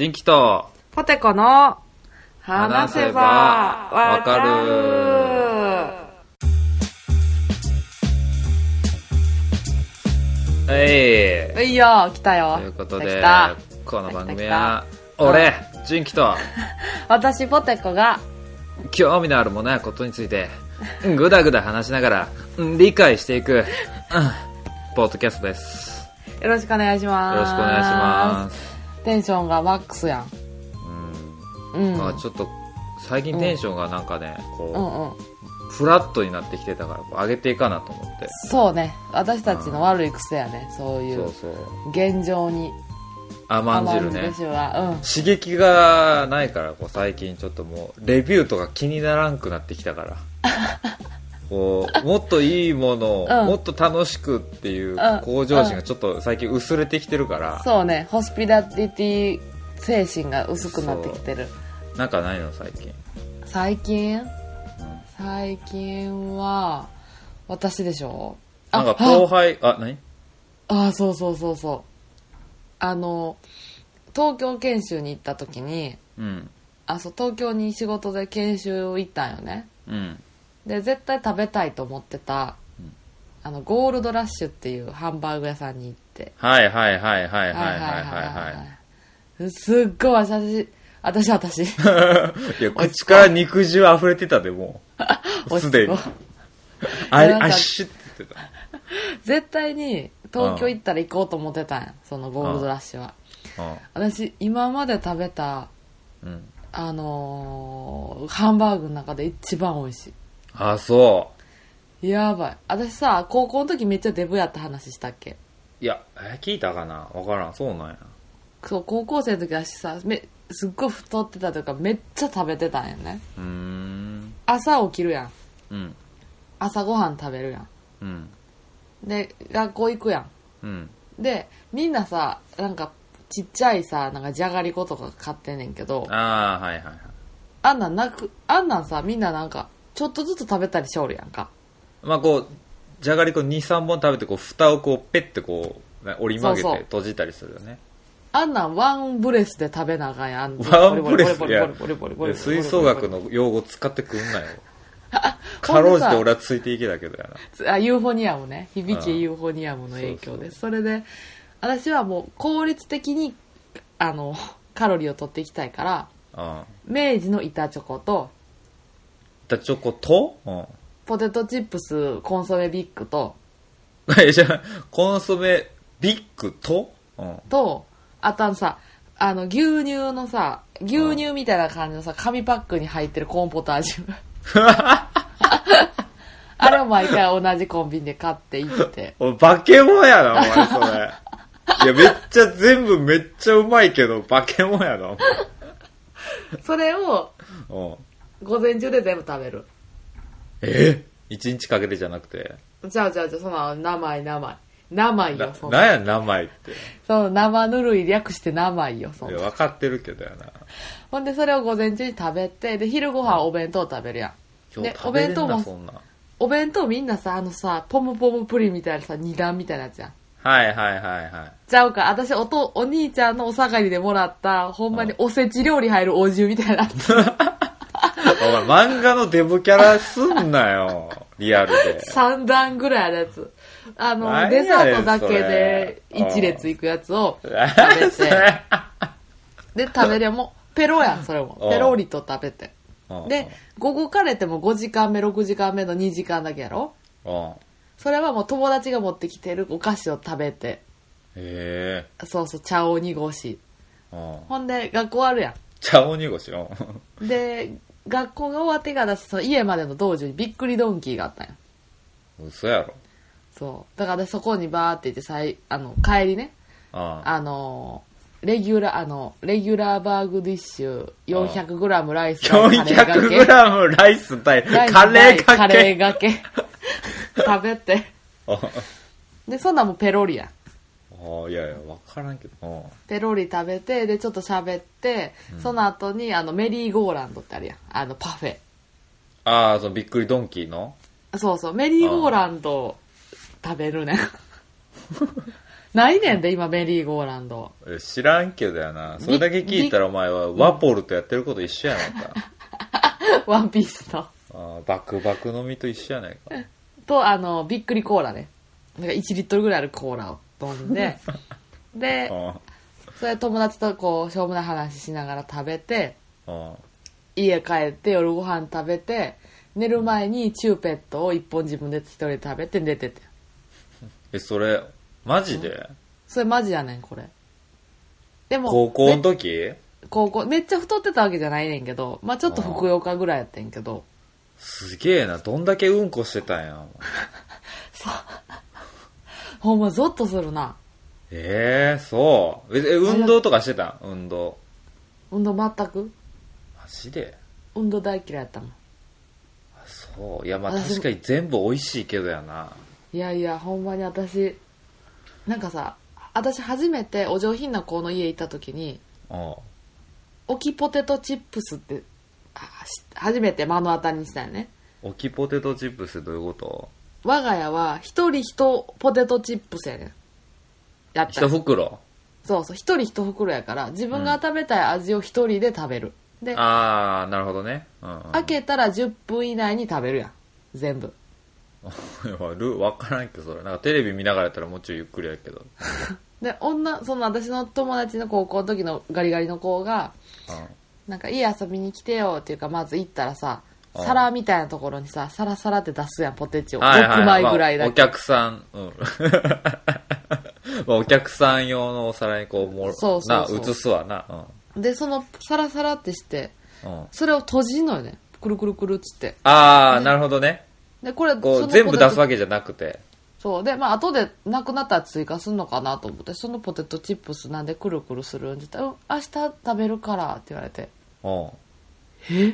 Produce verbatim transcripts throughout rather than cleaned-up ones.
人気とポテコの話せばわかる。 えい、 いいよ、来たよ。 ということで来たこの番組は俺人気と私ポテコが興味のあるものやことについてぐだぐだ話しながら理解していく、うん、ポッドキャストです。 よろしくお願いします。 よろしくお願いします。 テンションがマックスやん。 うん、 うん、 まあちょっと最近テンションがなんかね、こう、 うんうん、 フラットになってきてたからこう上げていかなと思って。 そうね、私たちの悪い癖やね、そういうそうそう現状に甘んじるね。 甘んじるは、うん、 刺激がないからこう最近ちょっともうレビューとか気にならんくなってきたからこうもっといいものを、うん、もっと楽しくっていう向上心がちょっと最近薄れてきてるから、うんうん、 そうね、ホスピタリティ精神が薄くなってきてる。 なんかないの最近。 最近、うん、最近は私でしょ。 なんか後輩、あ、何？ あ、そうそうそうそう。あの東京研修に行った時に、うん、あ、そう、東京に仕事で研修行ったんよね。うん、で絶対食べたいと思ってた、うん、あのゴールドラッシュっていうハンバーグ屋さんに行って、 はいはいはいはいはいはいはいすっごい私私私いや口から肉汁溢れてたでもうすでにあれあっしって言ってた。 絶対に東京行ったら行こうと思ってたんや、そのゴールドラッシュは。私今まで食べた、うん、あのー、ハンバーグの中で一番美味しい。 あ、そうやばい。私さ、高校の時めっちゃデブやった話したっけ？ いや、え聞いたかな、分からん。そうなんや。 そう、高校生の時私さ、めすっごい太ってたというかめっちゃ食べてたんやね。うーん、朝起きるやん、うん、朝ごはん食べるやん、うん、で学校行くやん、うん、でみんなさ、なんかちっちゃいさ、なんかじゃがりことか買ってんねんけど、 あー、はいはいはい、 あんなんなく、あんなんさ、みんななんかちょっとずつ食べたりしおるやんか。 まあこうじゃがりこ にさんぼん食べてこう蓋をこうペッてこう折り曲げて閉じたりするよね。そうそう、 あんなんワンブレスで食べなあかんやん。 ワンブレス、いや吹奏楽の用語使ってくんなよかろうじて俺はついていけだけどやなあ。ユーフォニアムね、響きユーフォニアムの影響で、それで私はもう効率的にあのカロリーを取っていきたいから、ああ、明治の板チョコと板チョコと、うん、 ポテトチップスコンソメビッグとじゃあコンソメビッグと、うん、 とあとあのさ、あの牛乳のさ、牛乳みたいな感じのさ、紙パックに入ってるコーンポタージュあれを毎回同じコンビニで買って行って。 お化け物やなお前それいやめっちゃ全部めっちゃうまいけど化け物やなそれを午前中で全部食べる。 え一日かけてじゃなくて？ じゃあじゃあじゃあその生い生い生いよ。そな、なんや生いって。 その生ぬるい略して生いよ。そいや分かってるけどやな。 ほんでそれを午前中に食べて、で昼ご飯お弁当食べるやん。でお弁当もそんなお弁当みんなさ、あのさポムポムプリンみたいなさ、二段みたいなやつやん。 はいはいはいはい。 ちゃうか、私おとお兄ちゃんのお下がりでもらったほんまにおせち料理入るお重みたいなやつ。 お前漫画のデブキャラすんなよリアルで。 三段ぐらいあるやつ。あのデザートだけで一列いくやつを食べてで食べりゃもうペロやん。それもペロリと食べて、で午後かれてもごじかんめろくじかんめのにじかんだけやろ。それはもう友達が持ってきてるお菓子を食べて、へー、そうそう、茶を濁し、ほんで学校あるやん。 茶を濁しで学校が終わってからその家までの道中にびっくりドンキーがあったんや。 嘘やろ。 そうだからそこにバーって行ってさい、あの帰りね、ああのレギュラーあのレギュラーバーグディッシュ よんひゃくグラム ライスよんひゃくグラム ライス対カレーかけカレーがけ食べてでそんなもんペロリやん。 あ、いやいや分からんけど、 ペロリ食べてでちょっと喋って、うん、その後にあのメリーゴーランドってあるやん、あのパフェ。 ああ、そのびっくりドンキーの。 そうそう、メリーゴーランド食べるねないねんで今メリーゴーランド。 知らんけどやな。それだけ聞いたらお前はワポルとやってること一緒やないか。 ワンピースのあバクバク飲みと一緒やないか。 とあのびっくりコーラね。なんかいちリットルぐらいあるコーラを飲んででそれ友達とこうしょうもない話しながら食べて家帰って夜ご飯食べて寝る前にチューペットを一本自分で一人で食べて寝てて。 えそれマジで、うん、 それマジやねんこれ。でも高校の時高校めっちゃ太ってたわけじゃないねんけど、まあちょっとふくよかぐらいやってんけど。 すげえな。どんだけうんこしてたんや。 そうほんまゾッとするな。 ええー、そうえ運動とかしてた運動運動全く。 マジで運動大嫌いやったもん。 あそういやまあ確かに全部美味しいけどやな。 いやいやほんまに私なんかさ私初めてお上品な子の家行った時にオキポテトチップスって初めて目の当たりにしたよね。 オキポテトチップスどういうこと？ 我が家は一人一ポテトチップスやねん。やった一袋。 そうそう一人一袋やから自分が食べたい味を一人で食べる、うん、でああなるほどね、うんうん、 開けたらじゅっぷん以内に食べるやん全部。 ル分からんけどそれなんかテレビ見ながらやったらもうちょいゆっくりやけどで女その私の友達の高校の時のガリガリの子が、うん、なんか家遊びに来てよっていうかまず行ったらさ皿みたいなところにさサラサラって出すやんポテチを、はいはいはい、ろくまいぐらいだけ、まあ、 お客さん、うんまあ、お客さん用のお皿にこうもそうそうそうな移すわな、 うん、でそのサラサラってして、うん、それを閉じんのよねくるくるくるっつって。 ああなるほどね。 でこれこう全部出すわけじゃなくてそうでまあ後でなくなったら追加するのかなと思ってそのポテトチップスなんでくるくるするんって言ったら、うん、明日食べるからって言われてえ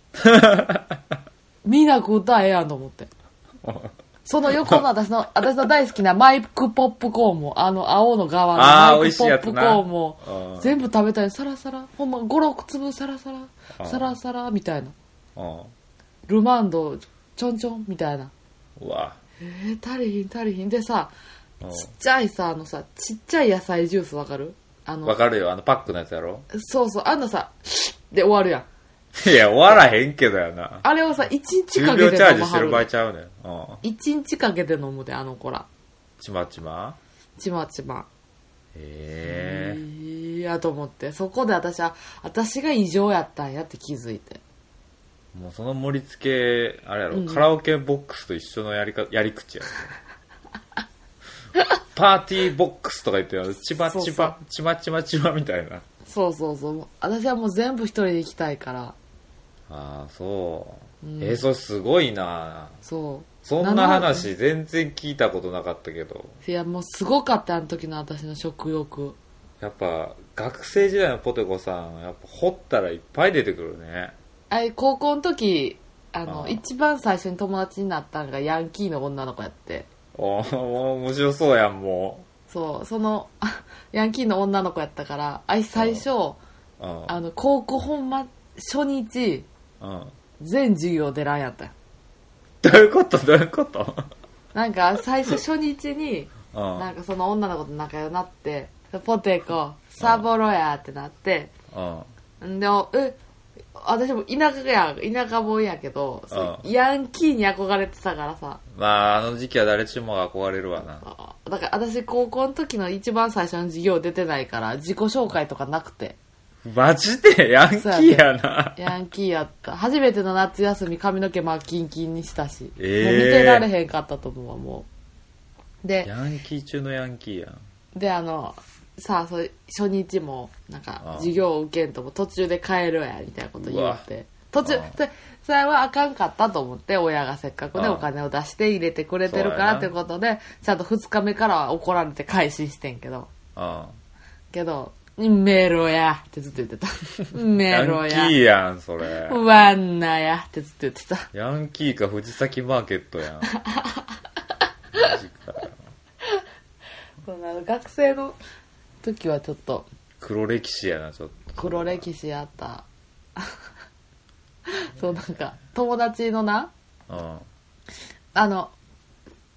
みんな食うたらええやんと思ってその横の私の私の大好きなマイクポップコーンもあの青の側のマイクポップコーンも全部食べたいサラサラほんまごろく粒サラサラサラサラみたいなルマンドちょんちょんみたいな。 うわえー、足りひん足りひんでさちっちゃいさあのさちっちゃい野菜ジュースわかる？あのわかるよあのパックのやつやろ。 そうそうあんなさで終わるやん。いや終わらへんけどやな。 あれをさいちにちかけて飲むはる。じゅうびょうチャージしてる場合ちゃうねん。いちにちかけて飲むであの子ら。 ちまちまちまちま。 へえー。いやと思ってそこで私は私が異常やったんやって気づいて。 もうその盛り付けあれやろ、うん、カラオケボックスと一緒のやりかやり口やろパーティーボックスとか言ってよちまちまちまちまちまみたいな。 そうそうそう私はもう全部一人で行きたいから。 ああそう、うん、えー、それすごいな。 そうそんな話全然聞いたことなかったけど。 いやもうすごかったあの時の私の食欲。 やっぱ学生時代のポテコさんやっぱ掘ったらいっぱい出てくるね。 あれ高校の時あのあ一番最初に友達になったのがヤンキーの女の子やって。 おーもう面白そうやんもう。そうそのヤンキーの女の子やったからあい最初ああの高校ほんま初日全授業出らんやったよ。 どういうことどういうことなんか最初初日になんかその女の子と仲良くなってポテコサボロやってなってんでえ私も田舎や田舎もんやけど、うん、ヤンキーに憧れてたからさ。 まああの時期は誰しもが憧れるわな。 だから私高校の時の一番最初の授業出てないから自己紹介とかなくて。 マジでヤンキーやな。 ヤンキーやった。初めての夏休み髪の毛真っキンキンにしたし、えー、もう見てられへんかったと思うわもう。でヤンキー中のヤンキーやん。 であのさあそれ初日もなんか授業を受けんとも途中で帰るやみたいなこと言って途中それはあかんかったと思って親がせっかくねお金を出して入れてくれてるからってことでちゃんとふつかめからは怒られて改心してんけどけどメロやってずっと言ってたメロやヤンキーやんそれワンナやってずっと言ってたヤンキーか藤崎マーケットやんマジかよその学生の時はちょっと黒歴史やなちょっと黒歴史やったそうなんか友達のな、うん、あの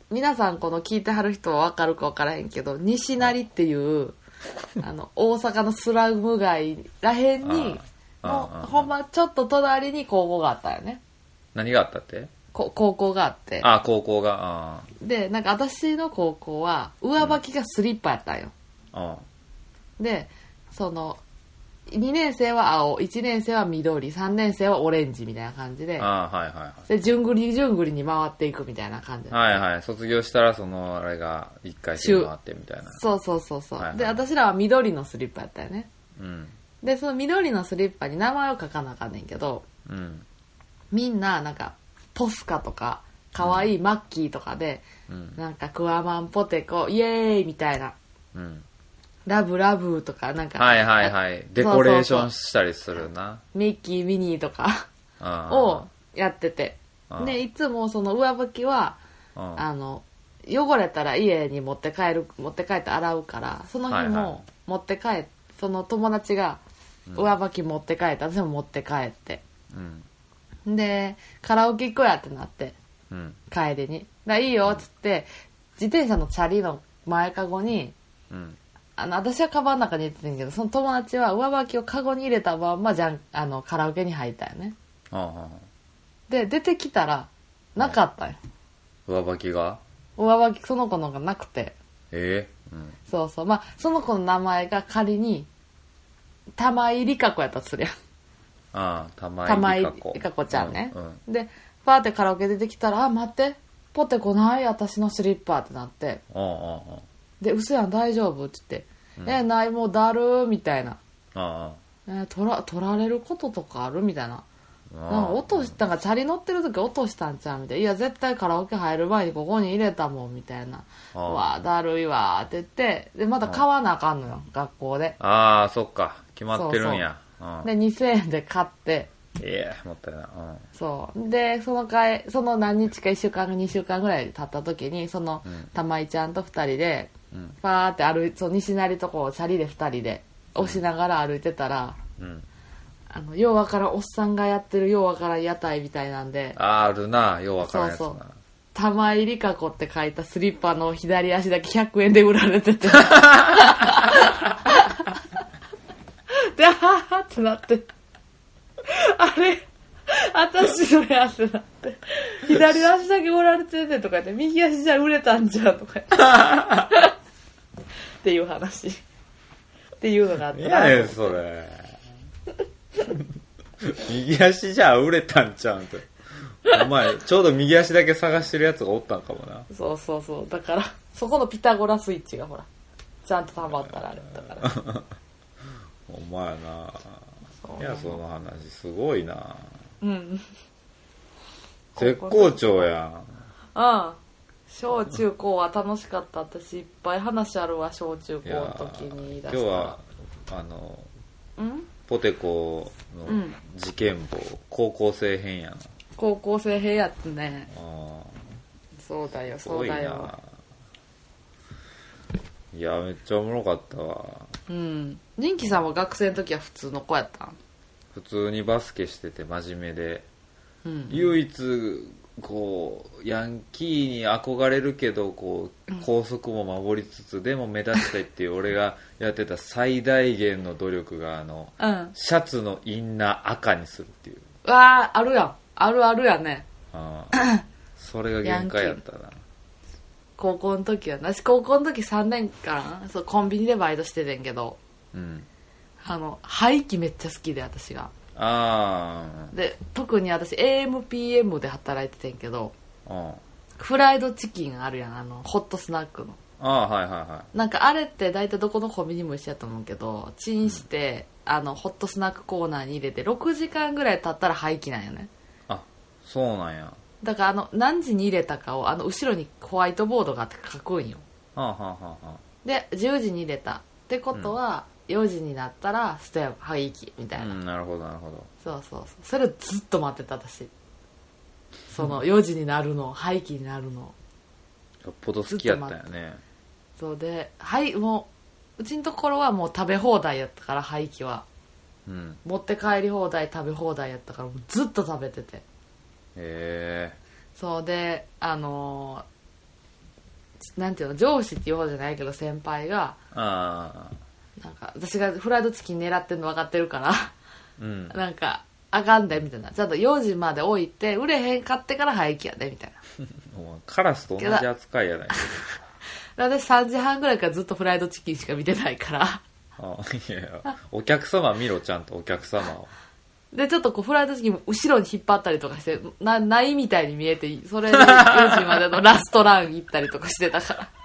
皆さんこの聞いてはる人は分かるか分からへんけど、西成っていうあの大阪のスラム街らへんにもうほんまちょっと隣に高校があったよね。 何があったって？ こ高校があって。 あ、高校が。あで、なんか私の高校は上履きがスリッパやったんよ。 うん、あで、そのにねん生は青、いちねん生は緑、さんねん生はオレンジみたいな感じで、 あ、はいはいはい。 で、順繰り順繰りに回っていくみたいな感じ。 はいはい。卒業したらそのあれが一回戦回ってみたいな。 そうそうそうそう、 はいはい。 で、私らは緑のスリッパやったよね。 うん。 で、その緑のスリッパに名前を書かなあかんねんけど、 うん。 みんななんかポスカとかかわいいマッキーとかで、うん、なんかクワマンポテコイエーイみたいな、うん、ラブラブとかなんか、 はいはいはい、デコレーションしたりするな。そうそうそう、 ミッキーミニーとかをやってて、でいつもその上履きはあの汚れたら家に持って帰る持って帰って洗うから、その日も持って帰って、はいはい、その友達が上履き持って帰って、私も持って帰って、うん、でカラオケ行こうやってなって、うん、帰りにだいいよっつって、自転車のチャリの前かごに、うん、あの私はカバンの中に入れてんけど、その友達は上履きをカゴに入れたまんまじゃん、あのカラオケに入ったよね。ああ、で出てきたらなかったよ、 上履きが上履きその子のがなくて、 えーうん、 そうそう、まあその子の名前が仮に玉井理香子やったとするやん。 ああ、玉井理香子、 理香子ちゃんね、 うんうん、 でパーってカラオケ出てきたら、あ待ってポテコない私のスリッパってなって、ああああ、で嘘やん大丈夫って言って、うん、えないもうだるみたいな、ああ、え取ら取られることとかあるみたいな、なんか落としたんかチャリ乗ってる時落としたんちゃうみたいな、いや絶対カラオケ入る前にここに入れたもんみたいな、うわだるいわって言って、でまた買わなあかんのよ学校で。ああそっか、決まってるんや。 そうそう、でにせんえんで買って、 いやもったいない、うん、 そうでその回その何日かいっしゅうかんにしゅうかんぐらい経った時に、その、うん、玉井ちゃんとふたりで、うん、パーって歩いそう西成とこをチャリでふたりで押しながら歩いてたら、うん、あのようわからんおっさんがやってるようわからん屋台みたいなんで、 ああるな、ようわからんやつな。そうそう、 玉井理香子って書いたスリッパの左足だけひゃくえんで売られててで、はぁってなって、あれ私のやってなって、左足だけ売られててとか言って、右足じゃ売れたんじゃんとか言ってっていう話っていうのがあって、 何やねんそれ右足じゃ売れたんちゃうんって、お前ちょうど右足だけ探してるやつがおったんかもな。 そうそうそう、だからそこのピタゴラスイッチがほらちゃんとたまったらあれだからお前な、いやその話すごいな、うん、絶好調やん。 うん、小中高は楽しかった。私いっぱい話あるわ、小中高の時に言い出した。 今日はあのんポテコの事件簿、うん、高校生編やな。 高校生編やってね。あ、そうだよそうだよ。 いやめっちゃおもろかったわ。 うん。仁キさんは学生の時は普通の子やったん？ 普通にバスケしてて真面目で、うんうん、唯一こうヤンキーに憧れるけどこう校則も守りつつ、うん、でも目立ちたいっていう俺がやってた最大限の努力があの、うん、シャツのインナー赤にするっていう。 うわーあるやん、あるあるやね。あそれが限界やったな。 高校の時はなし、高校の時さんねんかんそうコンビニでバイトしててんけど、うん、あの廃棄めっちゃ好きで私が。あで特に私 エーエムピーエム で働いててんけど、あフライドチキンあるやん、あのホットスナックの。 あはいはいはい。 なんかあれって大体どこのコンビニも一緒やと思うけど、チンして、うん、あのホットスナックコーナーに入れてろくじかんぐらい経ったら廃棄なんよね。 あそうなんや。 だからあの何時に入れたかをあの後ろにホワイトボードがあって書くんよ。はあはあはあ、でじゅうじに入れたってことは、うん、よじになったら捨て廃棄みたいな、うん、 なるほどなるほど。 そうそうそう、それをずっと待ってた私。そのよじになるの廃棄になるのよっぽど好きやったよね。 そうで、はいもううちのところはもう食べ放題やったから廃棄は、うん、持って帰り放題食べ放題やったからもうずっと食べてて。へえ。そうであのーなんていうの上司っていう方じゃないけど先輩があなんか私がフライドチキン狙ってるの分かってるから、 うん、 なんかあかんでみたいな、ちゃんとよじまで置いて売れへんかってから廃棄やでみたいなカラスと同じ扱いやないけど私さんじはんぐらいからずっとフライドチキンしか見てないからあいやいやお客様見ろちゃんとお客様をでちょっとこうフライドチキンも後ろに引っ張ったりとかしてなないみたいに見えてそれでよじまでのラストラン行ったりとかしてた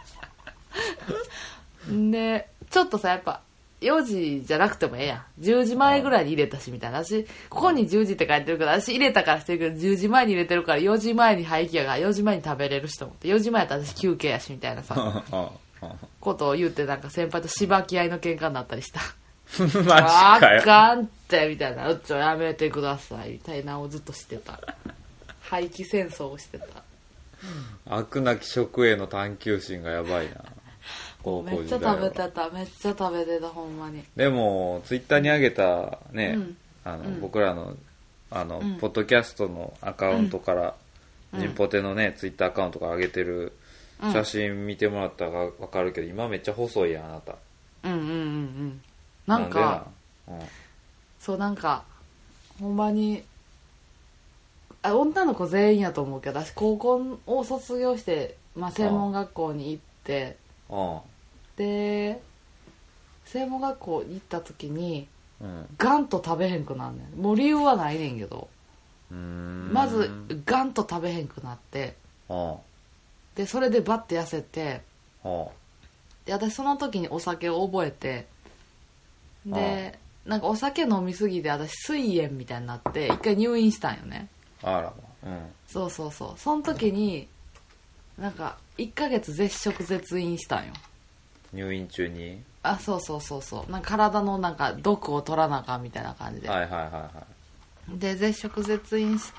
からでちょっとさやっぱよじじゃなくてもええやんじゅうじまえぐらいに入れたしみたいな私ここにじゅうじって書いてるから私入れたからしてるけどじゅうじまえに入れてるからよじまえに廃棄やからよじまえに食べれるしと思ってよじまえやったら私休憩やしみたいなさことを言ってなんか先輩としばき合いの喧嘩になったりしたマジかよあかんってみたいなうっちょやめてくださいみたいなのをずっとしてた廃棄戦争をしてた飽くなき食への探求心がやばいな高めっちゃ食べてためっちゃ食べてたほんまにでもツイッターに上げたね、うん、あの、うん、僕らのあの、うん、ポッドキャストのアカウントから、うん、ジンポテのねツイッターアカウントから上げてる写真見てもらったら分かるけど、今めっちゃ細いやんあなたうんうんうんうんなんかなんでな、うん、そうなんかほんまにあ女の子全員やと思うけど私高校を卒業して、まあ、専門学校に行ってああで専門学校に行った時に、うん、ガンと食べへんくなんねんもう理由はないねんけどうーんまずガンと食べへんくなってああでそれでバッて痩せてああで私その時にお酒を覚えてでなんかお酒飲みすぎて私膵炎みたいになって一回入院したんよねあらま、うん、 そうそうそうその時になんかいっかげつ絶食絶飲したんよ入院中にあそうそうそうそうなんか体のなんか毒を取らなあかんみたいな感じではいはいはいはいで絶食絶飲して、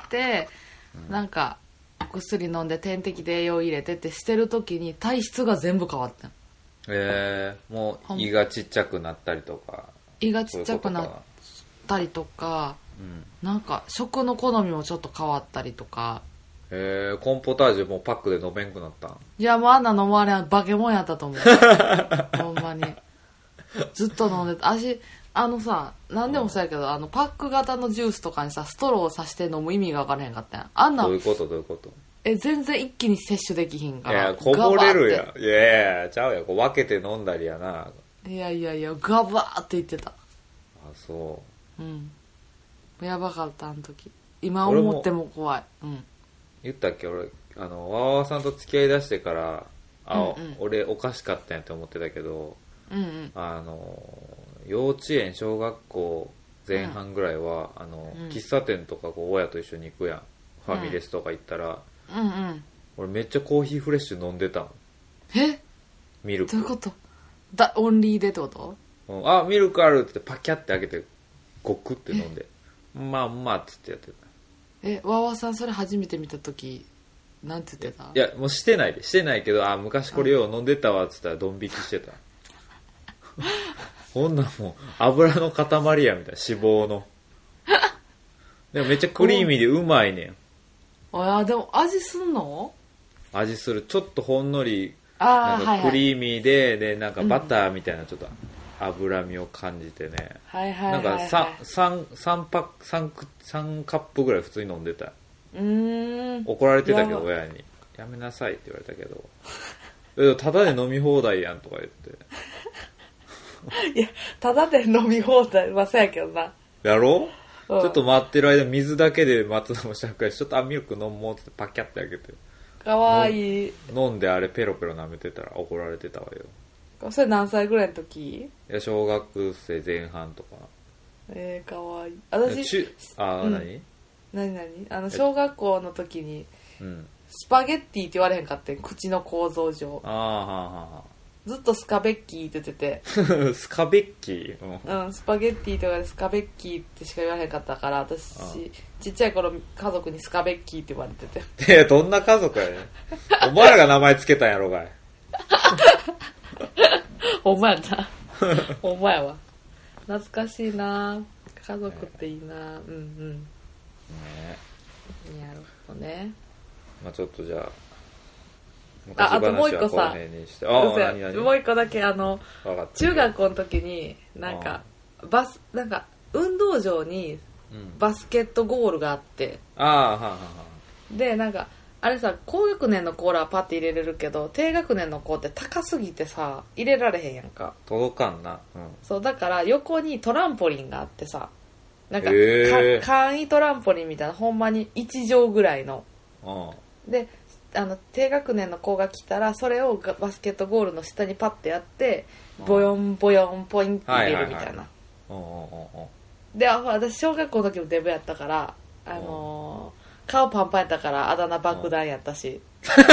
うん、なんか薬飲んで点滴で栄養入れてってしてる時に体質が全部変わったんえー、もう胃がちっちゃくなったりとか胃がちっちゃくなったりとか、うん、なんか食の好みもちょっと変わったりとかへえコーンポタージュもうパックで飲めんくなったんいやもうあんな飲まれんバケモンやったと思うほんまにずっと飲んでた味あのさ何でもそうやけどあのパック型のジュースとかにさストローをさして飲む意味が分からへんかったやんあんなどういうことどういうことえ全然一気に摂取できひんからいやこぼれるやんいやいやちゃうやこう分けて飲んだりやないやいやいやガバーって言ってたあそううんやばかったあの時今思っても怖いうん言ったっけ俺あのわわわさんと付き合いだしてからあ、うんうん、俺おかしかったんやって思ってたけど、 うんうん、 あの幼稚園小学校前半ぐらいは、うん、あの、うん、喫茶店とかこう親と一緒に行くやんファミレスとか行ったら、 うんうん、 俺めっちゃコーヒーフレッシュ飲んでたんえミルクどういうことだオンリーでってこと、 うん、あミルクあるってパキャって開けてゴクって飲んでまあまあっつってやってたえわわさんそれ初めて見た時なんて言ってたいやもうしてないでしてないけどあ昔これよう飲んでたわっつったらドン引きしてたこんなんもう油の塊やみたいな脂肪のでもめっちゃクリーミーでうまいねんあでも味すんの味するちょっとほんのりなんかクリーミーで、はいはい、でなんかバターみたいなちょっと脂身を感じてね、 はいはいはいはい、 なんか 3, 3, パック 3, 3カップぐらい普通に飲んでたうーん怒られてたけど親にやめなさいって言われたけどただで飲み放題やんとか言っていやただで飲み放題はそうやけどなやろう、うん、ちょっと待ってる間水だけで待つのもしゃくらいちょっとあミルク飲もうってパキャってあげてかわいい飲んであれペロペロ舐めてたら怒られてたわよそれ何歳ぐらいの時いや小学生前半とかえー、かわいい私あ、うん、何何何あの小学校の時に、 うん、 スパゲッティって言われへんかって口の構造上あはははずっとスカベッキーって言っててスカベッキー、 うん、うん、スパゲッティとかでスカベッキーってしか言われへんかったから私ちっちゃい頃家族にスカベッキーって言われててえどんな家族やねんお前らが名前つけたんやろがいほんまやなほんまやわ懐かしいな家族っていいな、ね、うんうんねえなるほどねまあちょっとじゃああ、あともう一個さ、 あもう一個だけ、あの、中学校の時に、なんか、バス、なんか、運動場にバスケットゴールがあって、 うん、ああ、はあ、はあ。で、なんか、あれさ、高学年の子らはパッて入れれるけど、低学年の子って高すぎてさ、入れられへんやんか。 届かんな。うん、 そう、だから横にトランポリンがあってさ、なんか、 えー、 簡易トランポリンみたいな、ほんまにいち畳ぐらいの。 うん、 で、あの低学年の子が来たらそれをバスケットゴールの下にパッてやってボヨンボヨンポインって入れるみたいな。で、私小学校の時もデブやったから、あのー、顔パンパンやったからあだ名爆弾やったし。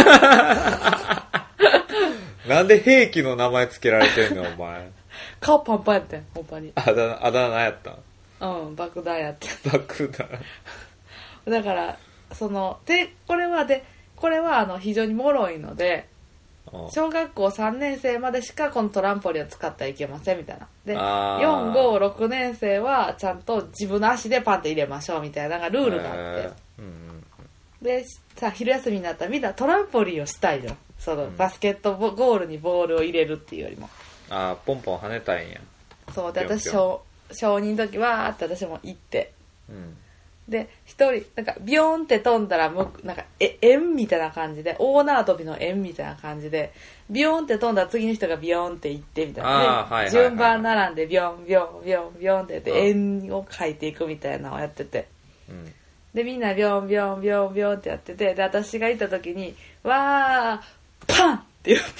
なんで兵器の名前つけられてんのお前。 顔パンパンやったんほんまに。 あだ名、あだ名やったんうん、爆弾やって爆弾だからそのでこれはでこれはあの非常に脆いので、小学校さんねん生までしかこのトランポリンを使ってはいけませんみたいな。で、よん、ご、ろくねん生はちゃんと自分の足でパンって入れましょうみたいなルールがあって。うんうん、で、さ、昼休みになったらみんなトランポリンをしたいじゃん。その、うん、バスケットゴールにボールを入れるっていうよりも。 ああ、ポンポン跳ねたいんや。 そうで、私小、小にの時はーって私も行って。 うんで、一人、なんか、ビヨーンって飛んだら、むなんか、え、円みたいな感じで、大縄跳びの円みたいな感じで、ビヨーンって飛んだら次の人がビヨーンって行ってみたいな。 はいはいはい、 順番並んで、ビヨン、ビヨン、ビヨン、ビヨンってやって、円を書いていくみたいなのをやってて。うん、で、みんなビヨン、ビヨン、ビヨン、ビヨンってやってて、で、私がいた時に、わー、パンって言って、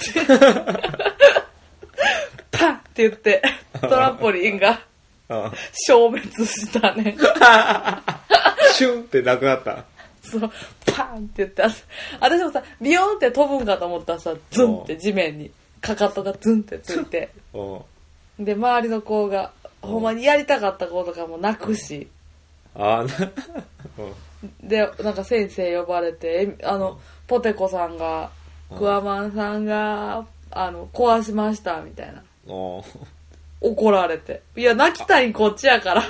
パンって言って、トランポリンが消滅したね。 シュンってなくなった。 そう、パンって言って、私もさ、ビヨーンって飛ぶんかと思ったらさ、ズンって地面に、かかとがズンってついて、で、周りの子が、ほんまにやりたかった子とかも泣くし、 あなで、なんか先生呼ばれて、あの、ポテコさんが、クワマンさんが、あの、壊しました、みたいな。怒られて。いや、泣きたいんこっちやから。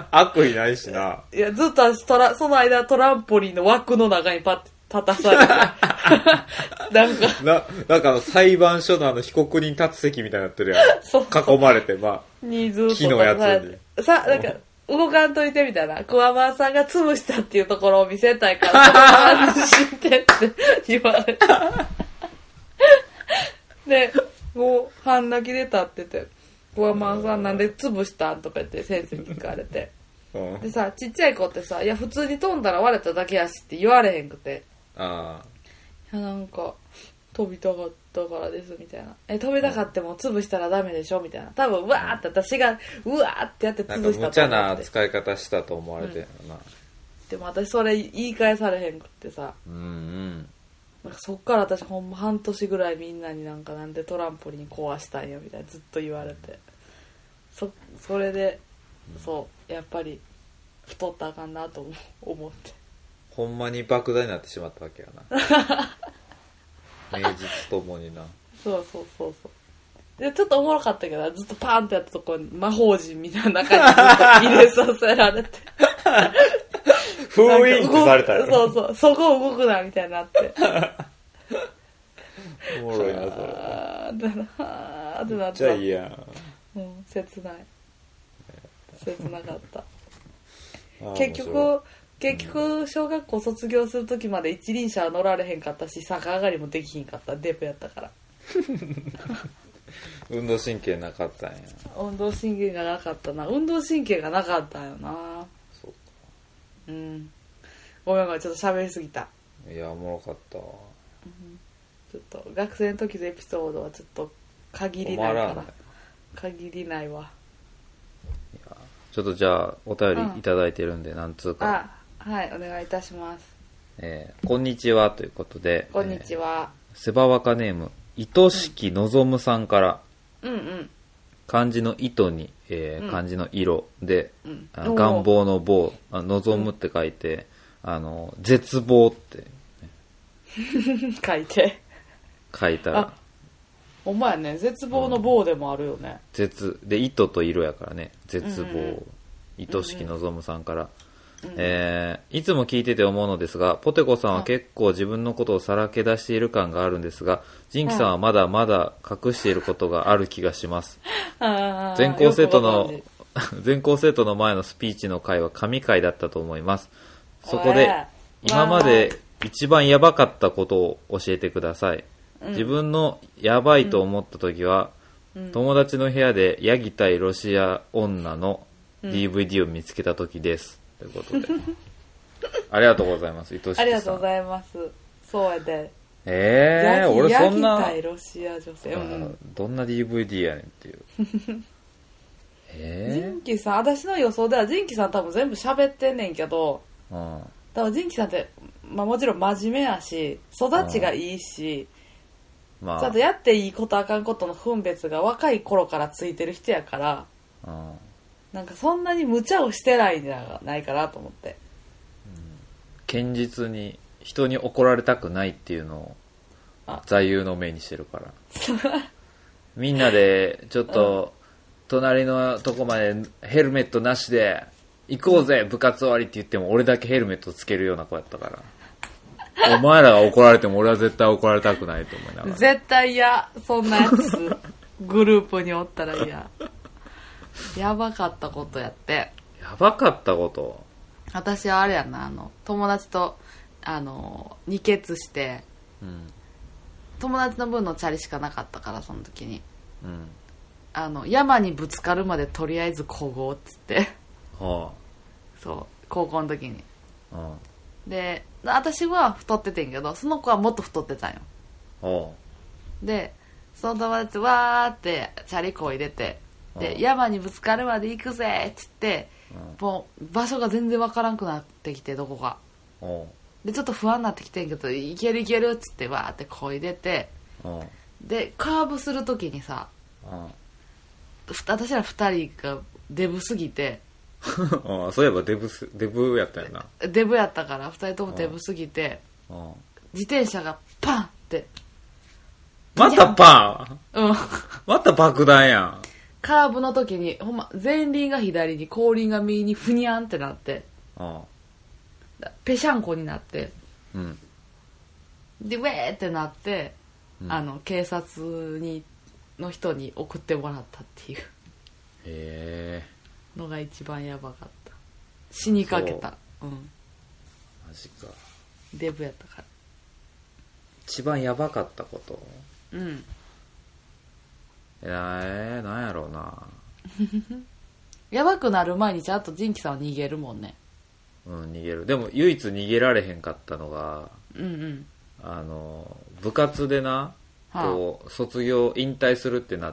悪意ないしな。 いや、ずっと私トラ、その間トランポリンの枠の中にパッて立たされて。なんか。 な、なんかあの裁判所のあの被告人立つ席みたいになってるやん。そうそう囲まれて、まあ。 にずっと木のやつに。さ、なんか、動かんといてみたいな。クワマンさんが潰したっていうところを見せたいから、安心してって言われて。で、もう半泣きで立ってて。クワマンさんなんで潰したんとか言って先生に聞かれて、うん、でさ、ちっちゃい子ってさ、いや普通に飛んだら割れただけやしって言われへんくて、 あいやなんか飛びたかったからですみたいな、え飛びたかっても潰したらダメでしょみたいな、多分うわーって私がうわーってやって潰したと思って、 なんか無茶な使い方したと思われてるな、うん、 でも私それ言い返されへんくってさ、 うんうん、 なんかそっから私ほんま半年ぐらいみんなになんかなんでトランポリン壊したんやみたいなずっと言われて、そ, それで、うん、そうやっぱり太ったらあかんなと思って、 ほんまに爆弾になってしまったわけやな名実ともにな。 そうそうそうそうでちょっとおもろかったけどずっとパーンってやったところに魔法陣みたいな中にずっと入れさせられて封印されたよ。 そうそうそこ動くなみたいになっておもろいなそれ。 あーだなーってなった。 めっちゃいいやん。 うん、切ない切なかった結局結局小学校卒業する時まで一輪車は乗られへんかったし逆上がりもできひんかった、デブやったから運動神経なかったんや。 運動神経がなかったな運動神経がなかったんよな。 そうか。 うんごめんごめんちょっと喋りすぎた。 いやおもろかったわ、 うん、ちょっと学生の時のエピソードはちょっと限りないから限りないわ。 いやちょっとじゃあお便りいただいてるんで、うん、何通かあはいお願いいたします。 えー、こんにちはということでこんにちは、 えー、セバワカネーム愛しきのぞむさんから、 うん、うんうん漢字の糸に、えーうん、漢字の色で、 うん、 あ願望の望望むって書いて、うん、あの絶望って、 ね、書いて書いたらお前ね絶望の棒でもあるよね、うん、 絶で糸と色やからね絶望、うんうん、愛しきのぞむさんから、 うん、えー、いつも聞いてて思うのですが、ポテコさんは結構自分のことをさらけ出している感があるんですが、ジンキさんはまだまだ隠していることがある気がします。全校生徒の全校生徒の前のスピーチの回は神回だったと思います。そこで今まで一番ヤバかったことを教えてください。うん、自分のヤバいと思った時は、うん、友達の部屋でヤギ対ロシア女の ディーブイディー を見つけた時です、うん、ということでありがとうございます。愛しきさん、 ありがとうございます。そうやで。 えー、俺そんなヤギ対ロシア女性、うん、 どんな ディーブイディー やねんっていうえー、ジンキさん、私の予想ではジンキさん多分全部喋ってんねんけど、うん、多分ジンキさんって、まあ、もちろん真面目やし育ちがいいし、うんまあ、ちゃんとやっていいことあかんことの分別が若い頃からついてる人やから、うん、なんかそんなに無茶をしてないんじゃないかなと思って、 うん、堅実に人に怒られたくないっていうのを座右の銘にしてるからみんなでちょっと、うん隣のとこまでヘルメットなしで行こうぜ部活終わりって言っても俺だけヘルメットつけるような子やったからお前らが怒られても俺は絶対怒られたくないと思いながら絶対嫌そんなやつグループにおったら嫌やばかったことやってやばかったこと私はあれやなあの友達とあの二血して、うん、友達の分のチャリしかなかったからその時にうんあの山にぶつかるまでとりあえずこごうっつって、はあ、そう高校の時に、はあ、で私は太っててんけどその子はもっと太ってたんよ、はあ、でその友達わーってチャリこいでてで、はあ、山にぶつかるまで行くぜっつって、はあ、もう場所が全然わからんくなってきてどこか、はあ、でちょっと不安になってきてんけどいけるいけるっつってわーってこいでて、はあ、でカーブする時にさ、はあ私ら二人がデブすぎてああそういえばデブすデブやったよなデブやったから二人ともデブすぎて自転車がパンってまたパンうんまた爆弾やんカーブの時にほんま前輪が左に後輪が右にふにゃんってなってああぺしゃんこになってうんでウェーってなって、うん、あの警察にの人に送ってもらったっていうへーのが一番やばかった死にかけたうんマジかデブやったから一番やばかったことうんえー、なんやろうなやばくなる前にちゃんとジンキさんは逃げるもんねうん逃げるでも唯一逃げられへんかったのがうんうんあの部活でなこう卒業引退するってなって、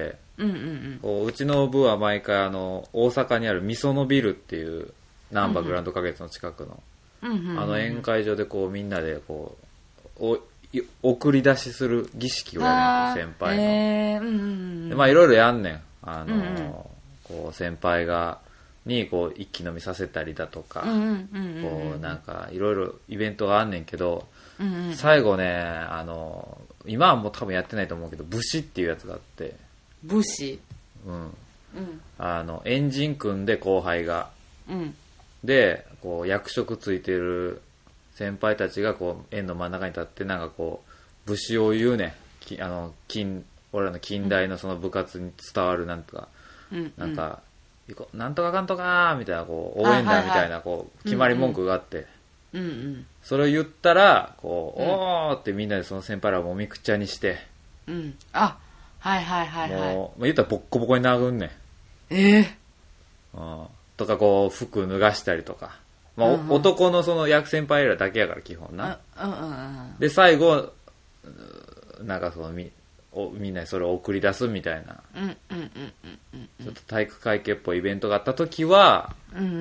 うんうんうん、こううちの部は毎回あの大阪にあるみそのビルっていう難波グランド花月の近くの、うんうん、あの宴会場でこうみんなでこうお送り出しする儀式をやるんです先輩の、えーうんうんうん、でまあいろいろやんねんあの、うんうん、こう先輩がにこう一気飲みさせたりだとか、うんうんうんうん、こうなんかいろいろイベントがあんねんけど、うんうん、最後ねあの今はもう多分やってないと思うけど武士っていうやつがあって武士うん、うん、あのエンジン組んで後輩が、 うん、 でこう役職ついてる先輩たちがこう円の真ん中に立ってなんかこう武士を言うねんあの近俺らの近代のその部活に伝わるなんとか、うん、なんか、うん、なんとかかんとかみたいなこう応援団みたいなこう決まり文句があって、 うんうん、 それを言ったらこう、うん、おーってみんなでその先輩らをもみくちゃにして、 うん、あはいはいはいはいもう言ったらボッコボコに殴んねんええー、うん、とかこう服脱がしたりとか、まあうんうん、男のその役先輩らだけやから基本な、 うんうんうん、 で最後なんかそのみおみんなにそれを送り出すみたいな、 うんうんうんうん、 ちょっと体育会系っぽいイベントがあった時は、 うんうんうん、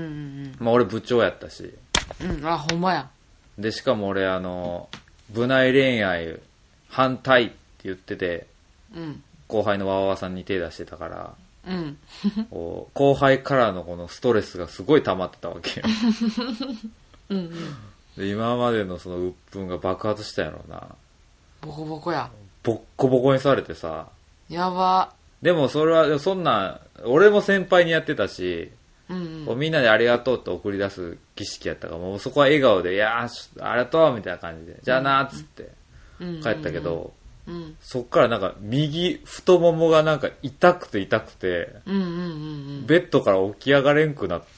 まあ俺部長やったし、 うん、あほんまやでしかも俺あの部内恋愛反対って言ってて、 うん、 後輩のわわわさんに手出してたから、 うん、 こう後輩からのこのストレスがすごい溜まってたわけようん、うん、 で今までのその鬱憤が爆発したやろうなボコボコやボッコボコにされてさやばでもそれはそんな俺も先輩にやってたし、 うんこうみんなでありがとうって送り出す儀式やったから、もうそこは笑顔で、いやーありがとうみたいな感じで、じゃあなーっつって帰ったけど、 うんうんうん、 そっからなんか右太ももがなんか痛くて痛くて、 うんうんうんうん、 ベッドから起き上がれんくなって、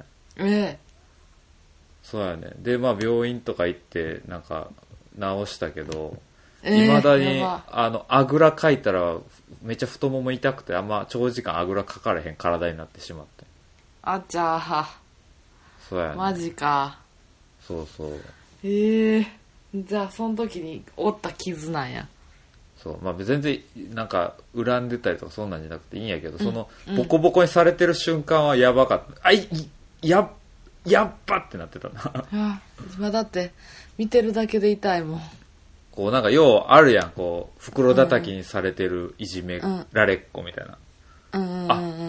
えー、 そうやね。でまあ病院とか行ってなんか治したけど、いま、 えー、 だにあのあぐらかいたらめっちゃ太もも痛くて、あんま長時間あぐらかかれへん体になってしまって。 あちゃー、 そうやね。 マジか。 そうそう。 ええー、じゃあその時に負った傷なんや。 そう、まあ全然なんか恨んでたりとかそんなんじゃなくていいんやけど、うん、そのボコボコにされてる瞬間はやばかった。うん、あいややっばってなってたな。 今だって見てるだけで痛いもん。 こうなんかようあるやん、こう袋叩きにされてるいじめられっ子みたいな。うんうんうんうん、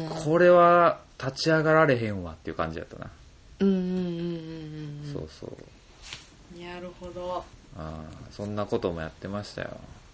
あ、これは立ち上がられへんわっていう感じやったな。 うんうんうんうんうん。 そうそう。 なるほど。 あ、そんなこともやってましたよ。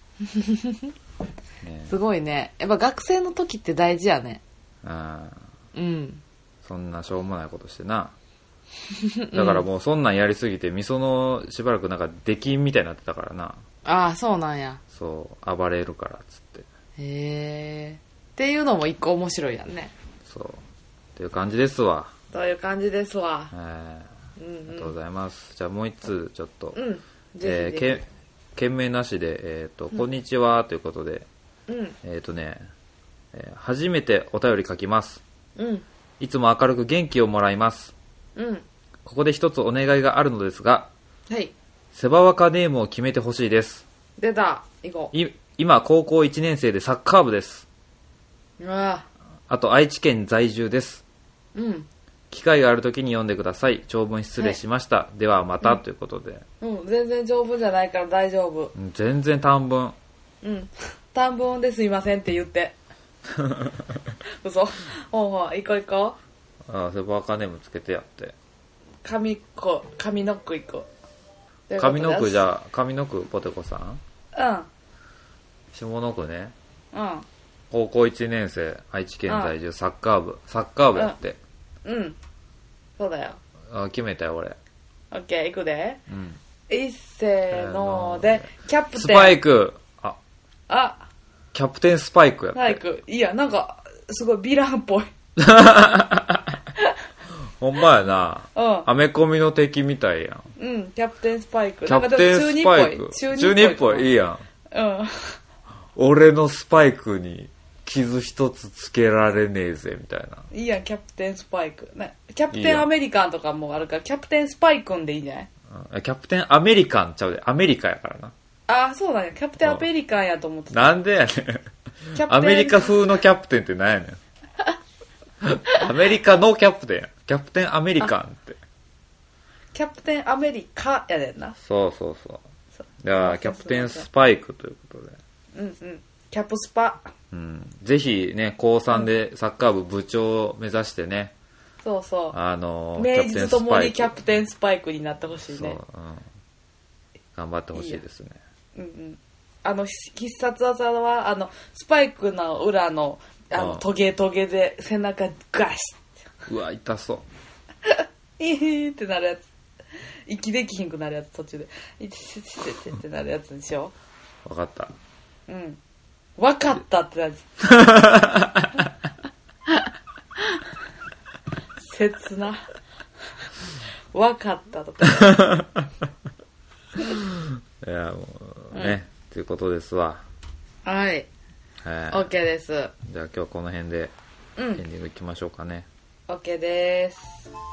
ね、すごいね。やっぱ学生の時って大事やね。 ああ。 うん。 そんなしょうもないことしてな。だからもうそんなんやりすぎて、みそのしばらくなんか出禁みたいになってたからな。 ああ、そうなんや。 そう、暴れるからっつって。 へえ。っていうのも一個面白いやんね。 そう。っていう感じですわ。 という感じですわ。 えー、 うんうん、 ありがとうございます。じゃあもう一つちょっと、 うん、 えー、け件名なしで、えっ、ー、と、うん、こんにちはということで、 うん、 えっ、ー、とね、えー、初めてお便り書きます。 うん、 いつも明るく元気をもらいます。 うん、 ここで一つお願いがあるのですが、 はい。 セバワカネームを決めてほしいです。 出た、行こう。 い今高校いちねん生でサッカー部です。 うわあと愛知県在住です。 うん。 機会があるときに読んでください。長文失礼しました。はい、ではまた、うん、ということで。 うん、全然長文じゃないから大丈夫。 全然短文。 うん。短文ですいませんって言って。嘘。ほうほう、行こう行こう。ああ、セバワカネームつけてやって。 上子、上の句行こう。上の句じゃあ、上の句ポテコさん？ うん。 下の句ね。 うん。 高校いちねん生、愛知県在住、サッカー部。サッカー部やって。 うん。うん、そうだよ。 あ、決めたよ、俺。 オッケー、行くで。 うん。 いっせーので、キャプテン。 スパイク。あ。 あ。 キャプテンスパイクやって。 スパイク。いや、なんか、すごいヴィランっぽい。 ほんまやな。 うん。 アメコミの敵みたいやん。 うん、キャプテンスパイク。 キャプテンスパイク。中二っぽい。いいやん。 うん。 俺のスパイクに傷一つつけられねえぜ、みたいな。 いいやん、キャプテンスパイク。ね、キャプテンアメリカンとかもあるから、キャプテンスパイクんでいいんじゃない？ うん、キャプテンアメリカンちゃうで。アメリカやからな。 ああ、そうだね。キャプテンアメリカンやと思ってた。 なんでやねん。アメリカ風のキャプテンって何やねん。アメリカのキャプテン。キャプテンアメリカンって。 キャプテンアメリカやでんな。 そうそうそう。だからキャプテンスパイクということで。 うんうん。キャプスパ。 うん。ぜひね、高さんでサッカー部部長を目指してね。 そうそう。 あの、 名実ともにキャプテンスパイクになってほしいね。そう、うん。 頑張ってほしいですね。 いいうんうん。あの、必殺技は、あの、スパイクの裏の、あの、トゲトゲで背中ガシッ。うわ、痛そう。 えーってなるやつ。息できひんくなるやつ、途中で。いててててってなるやつでしょ。 わかった。 うん。わかったってなる。切な。わかったとか。 いや、もうね、うん、ということですわ。 はい。 はい。 OK です。 じゃあ今日はこの辺でエンディングいきましょうかね。 うん、OK です。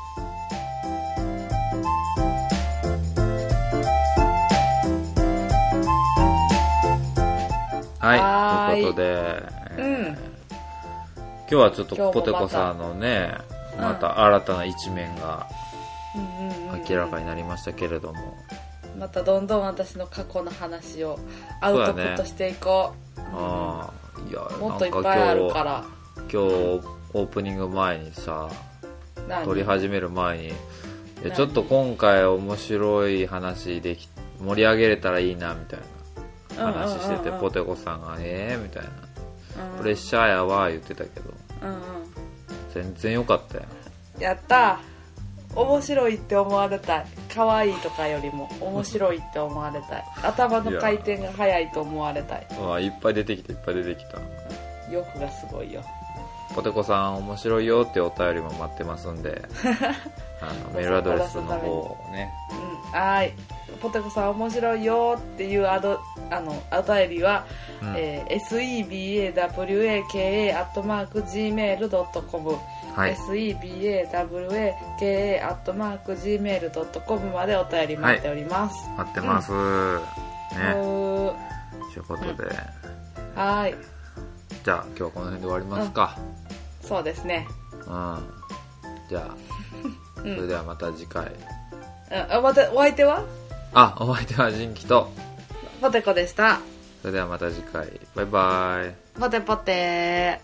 はい、ということで、えーうん、 今日はちょっとポテコさんのね、また新たな一面が明らかになりましたけれども、 またどんどん私の過去の話をアウトプットしていこう。う、ね、 ああ、いや、 もっといっぱいあるから。 今日オープニング前にさ、撮り始める前に、ちょっと今回面白い話でき盛り上げれたらいいなみたいな話してて、うんうんうんうん、ポテコさんがえーみたいな、うんうん、プレッシャーやわ言ってたけど、 うんうん、 全然良かったよ。 やったー、面白いって思われたい。可愛いとかよりも面白いって思われたい。頭の回転が速いと思われたい。 あ、いっぱい出てきたいっぱい出てきた。 欲がすごいよ。 ポテコさん面白いよってお便りも待ってますんであのメールアドレスの方をね、 うん、はい、ポテコさん面白いよっていうアドあのお便りは、うん、えー、セバワカ アットマーク ジーメールドットコム、はい、セバワカ アットマーク ジーメールドットコム までお便り待っております、 はい、待ってます、うん、ねということで、 うん、はい、 じゃあ今日はこの辺で終わりますか、 うん、そうですね、 うん、じゃあそれではまた次回、 うん、またお相手はあ、お相手はジンキとポテコでした。 それではまた次回、バイバイ。 ポテポテ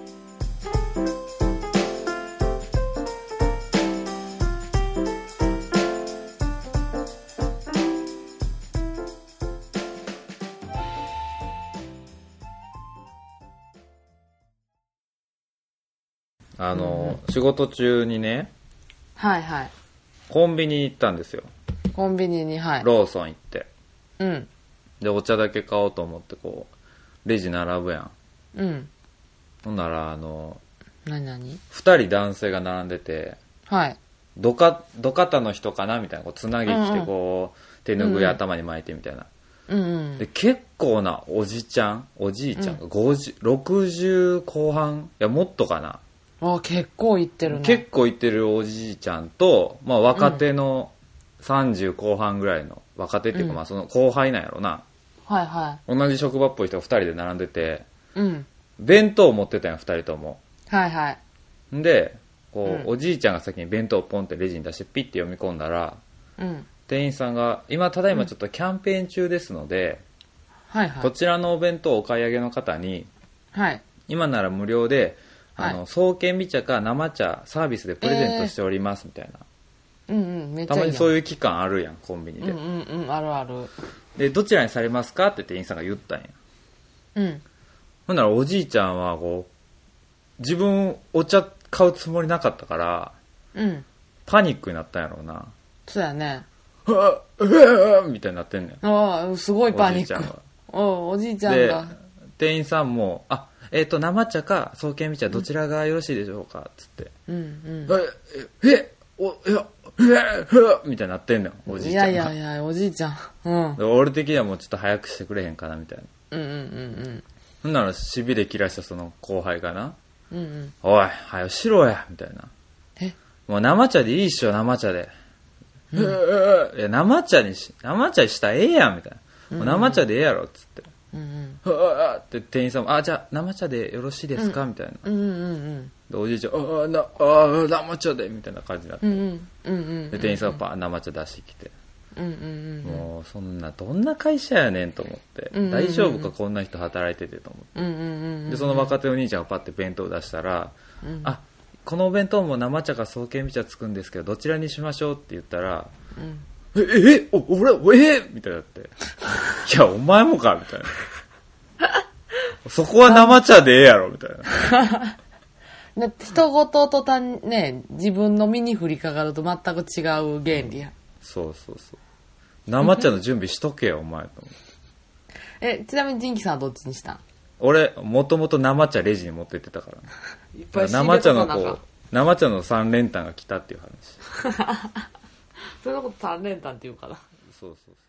あの、うん、仕事中にね、 はいはい、 コンビニに行ったんですよ。 コンビニに、はい、 ローソン行って、 うん、 でお茶だけ買おうと思ってこうレジ並ぶやん、うん、 ほんならあの何何ふたり男性が並んでて、 はい、 どかど肩の人かなみたいな、こうつなぎ着てこう、うんうん、手ぬぐい頭に巻いてみたいな、 うんうん、 で結構なおじちゃんおじいちゃんが、うん、ごじゅうろくじゅう後半、いやもっとかな、 あ、結構いってるね。 結構いってるおじいちゃんと、まあ、若手のさんじゅう後半ぐらいの若手っていうか、うん、まあその後輩なんやろな、 はいはい、 同じ職場っぽい人がふたりで並んでて、 うん、 弁当を持ってたんやふたりとも、 はいはい、 でこう、 うん、 おじいちゃんが先に弁当をポンってレジに出してピッて読み込んだら、 うん、 店員さんが今ただいまちょっとキャンペーン中ですので、 うん、はいはい、 こちらのお弁当をお買い上げの方に、 はい、 今なら無料であの、はい、爽健美茶か生茶サービスでプレゼントしておりますみたいな、 えー、うんうん、めっちゃいい。 たまにそういう期間あるやんコンビニで、 うんうんうん、あるある。 でどちらにされますかって店員さんが言ったんや。 うん。 ほんならおじいちゃんはこう自分お茶買うつもりなかったから、 うん、 パニックになったんやろうな。 そうやね。 はぁうわみたいになってんねん。 ああ、すごいパニック。おおじいちゃんが。 で店員さんもあえっ、ー、と生茶か爽健美茶どちらがよろしいでしょうかっつって、 うんうん、 ええおいやええみたいになってんのよおじいちゃんが。 いやいやいやおじいちゃん、うん、 俺的にはもうちょっと早くしてくれへんかなみたいな。うんうんうんうん。 ほんならしびれ切らしたその後輩かな、 うんうん、 おいはよしろやみたいな。 えもう生茶でいいっしょ生茶で、うん、いや生茶にし生茶にしたらええやんみたいな、もう生茶でええやろっつって、うんうん、はぁって店員さんもあじゃあ生茶でよろしいですか、うん、みたいな、 うんうんうん、 でおじいちゃんああなあ生茶でみたいな感じになって、 うんうんうんうん、 で店員さんがパー生茶出してきて、 うんうんうん、 もうそんなどんな会社やねんと思って、うんうんうん、大丈夫かこんな人働いててと思って、 うんうんうんうん、でその若手お兄ちゃんがパッて弁当出したら、うん、あこのお弁当も生茶か爽健美茶つくんですけどどちらにしましょうって言ったら、うん、ええお俺えみたいになっていやお前もかみたいなそこは生茶でええやろみたいなだって人事とたね自分の身に降りかかると全く違う原理や。 そうそうそう生茶の準備しとけよお前と思ってえちなみにジンキさんはどっちにしたん？ 俺もともと生茶レジに持ってってたから、ね、いっぱい生茶のこう生茶の三連単が来たっていう話それのこと三連単って言うかな。 そうそうそう